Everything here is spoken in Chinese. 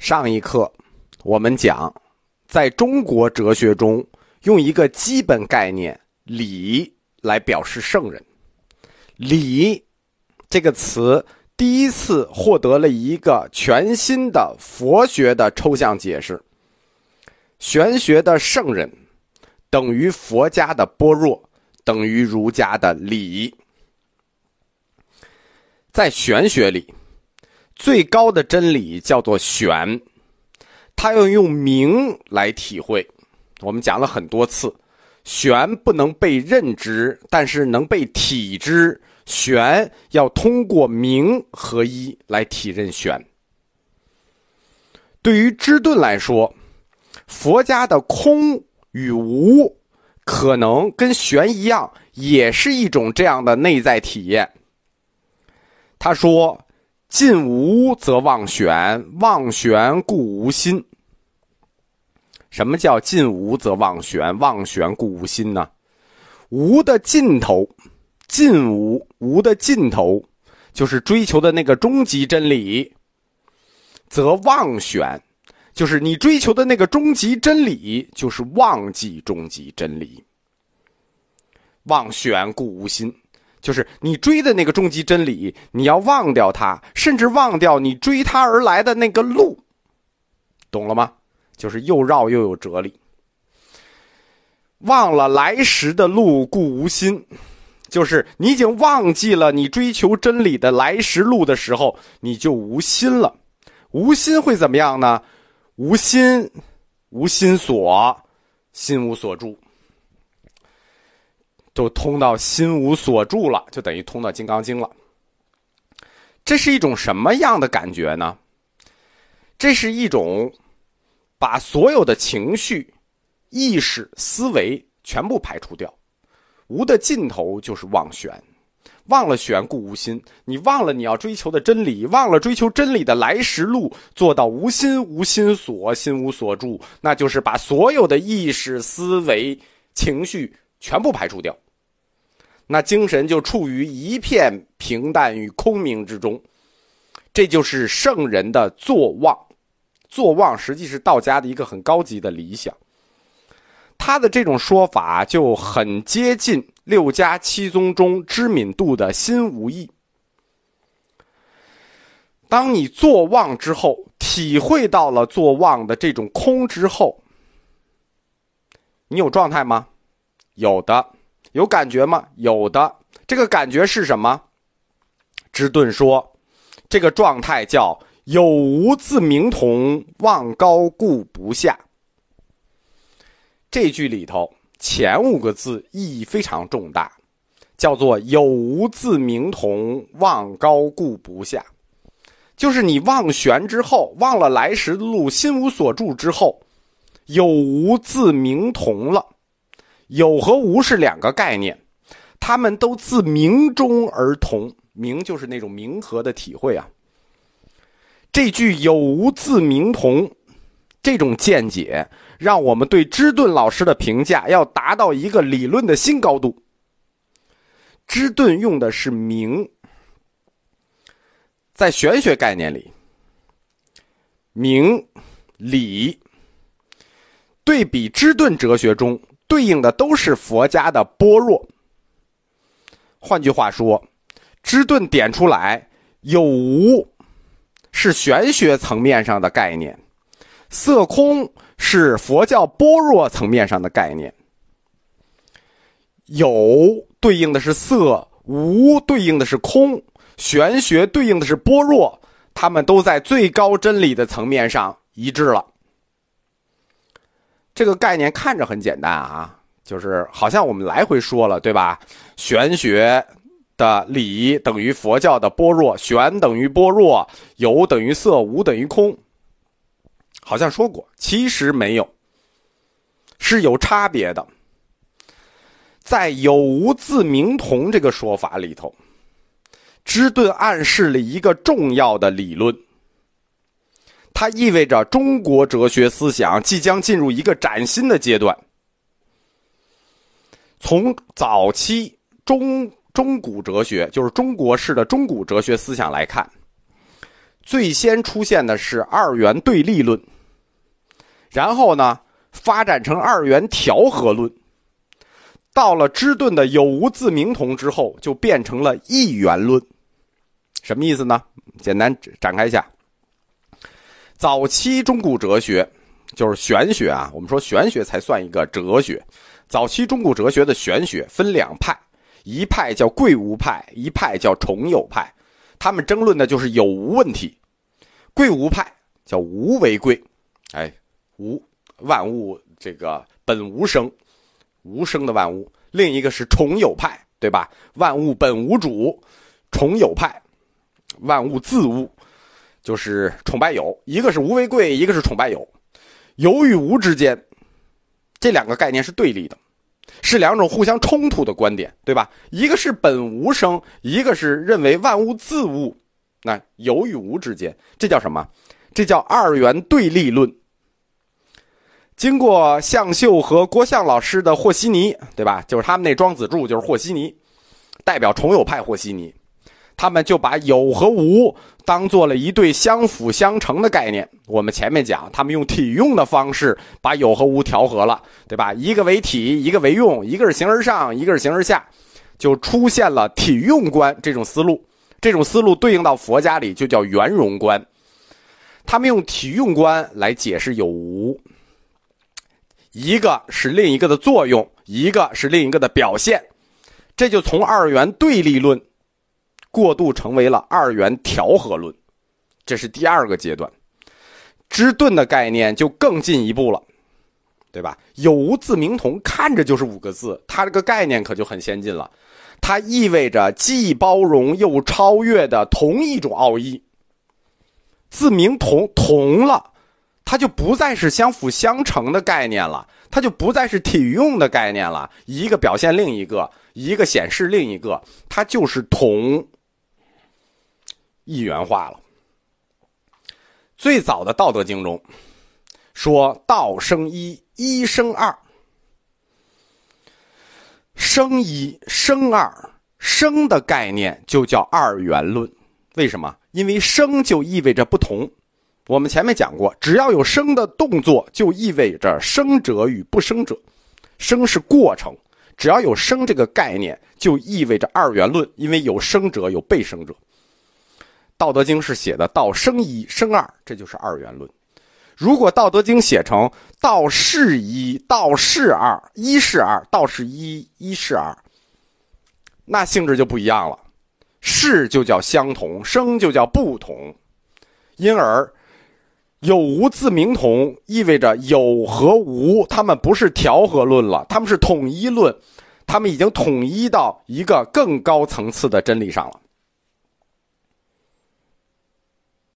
上一课我们讲，在中国哲学中用一个基本概念理来表示圣人。理这个词第一次获得了一个全新的佛学的抽象解释。玄学的圣人等于佛家的般若，等于儒家的理。在玄学里，最高的真理叫做玄，它要用明来体会。我们讲了很多次，玄不能被认知，但是能被体知。玄要通过明合一来体认玄。对于知顿来说，佛家的空与无可能跟玄一样，也是一种这样的内在体验。他说，近无则忘玄，忘玄故无心。什么叫近无则忘玄，忘玄故无心呢？无的尽头，近无的尽头，就是追求的那个终极真理，则忘玄，就是你追求的那个终极真理，就是忘记终极真理。忘玄故无心，就是你追的那个终极真理，你要忘掉它，甚至忘掉你追它而来的那个路，懂了吗？就是又绕又有哲理。忘了来时的路故无心，就是你已经忘记了你追求真理的来时路的时候，你就无心了。无心会怎么样呢？无心，无心所，心无所住，就通到心无所住了，就等于通到金刚经了。这是一种什么样的感觉呢？这是一种把所有的情绪、意识、思维全部排除掉。无的尽头就是忘玄，忘了玄故无心。你忘了你要追求的真理，忘了追求真理的来时路，做到无心、无心所、心无所住，那就是把所有的意识、思维、情绪全部排除掉。那精神就处于一片平淡与空明之中。这就是圣人的坐忘。坐忘实际是道家的一个很高级的理想。他的这种说法就很接近六家七宗中知敏度的心无意。当你坐忘之后，体会到了坐忘的这种空之后，你有状态吗？有的。有感觉吗？有的。这个感觉是什么？知顿说，这个状态叫有无自明同，忘高故不下。这句里头前5个字意义非常重大，叫做有无自明同，忘高故不下。就是你忘玄之后，忘了来时的路，心无所住之后，有无自明同了。有和无是2个概念，它们都自明中而同。明就是那种明和的体会啊。这句有无自明同，这种见解让我们对知顿老师的评价要达到一个理论的新高度。知顿用的是明，在玄学概念里，明理对比知顿哲学中对应的都是佛家的般若。换句话说，知顿点出来有无是玄学层面上的概念，色空是佛教般若层面上的概念。有对应的是色，无对应的是空，玄学对应的是般若，他们都在最高真理的层面上一致了。这个概念看着很简单啊，就是好像我们来回说了，对吧？玄学的理等于佛教的般若，玄等于般若，有等于色，无等于空，好像说过，其实没有，是有差别的。在有无自明同这个说法里头，知顿暗示了一个重要的理论，它意味着中国哲学思想即将进入一个崭新的阶段。从早期中古哲学，就是中国式的中古哲学思想来看， 最先出现的是二元对立论，然后呢发展成二元调和论，到了芝顿的有无自明同之后，就变成了一元论。什么意思呢？简单展开一下。早期中古哲学就是玄学啊，我们说玄学才算一个哲学。早期中古哲学的玄学分两派，一派叫贵无派，一派叫重有派。他们争论的就是有无问题。贵无派叫无为贵，无，万物这个本无生，无生的万物。另一个是重有派，对吧？万物本无主，重有派，万物自物，就是崇拜有。一个是无为贵，一个是崇拜有。有与无之间，这两个概念是对立的，是两种互相冲突的观点，对吧？一个是本无生，一个是认为万物自物。那有与无之间，这叫什么？这叫二元对立论。经过向秀和郭象老师的和稀泥，对吧？就是他们那庄子注就是和稀泥，代表重有派和稀泥。他们就把有和无当做了一对相辅相成的概念。我们前面讲，他们用体用的方式把有和无调和了，对吧？一个为体，一个为用，一个是形而上，一个是形而下，就出现了体用观这种思路。这种思路对应到佛家里就叫圆融观。他们用体用观来解释有无，一个是另一个的作用，一个是另一个的表现，这就从二元对立论过渡成为了二元调和论，这是第二个阶段。芝顿的概念就更进一步了，对吧？有无自明同看着就是5个字，它这个概念可就很先进了。它意味着既包容又超越的同一种奥义。自明同了，它就不再是相辅相成的概念了，它就不再是体用的概念了，一个表现另一个，一个显示另一个，它就是同，一元化了。最早的《道德经》中说道生一，一生二。生一生二，生的概念就叫二元论。为什么？因为生就意味着不同。我们前面讲过，只要有生的动作，就意味着生者与不生者。生是过程，只要有生这个概念，就意味着二元论，因为有生者有被生者。道德经是写的道生一生二，这就是二元论。如果道德经写成道是一，道是二，一是二，道是一，一是二，那性质就不一样了。是就叫相同，生就叫不同。因而有无自明同意味着有和无，他们不是调和论了，他们是统一论，他们已经统一到一个更高层次的真理上了。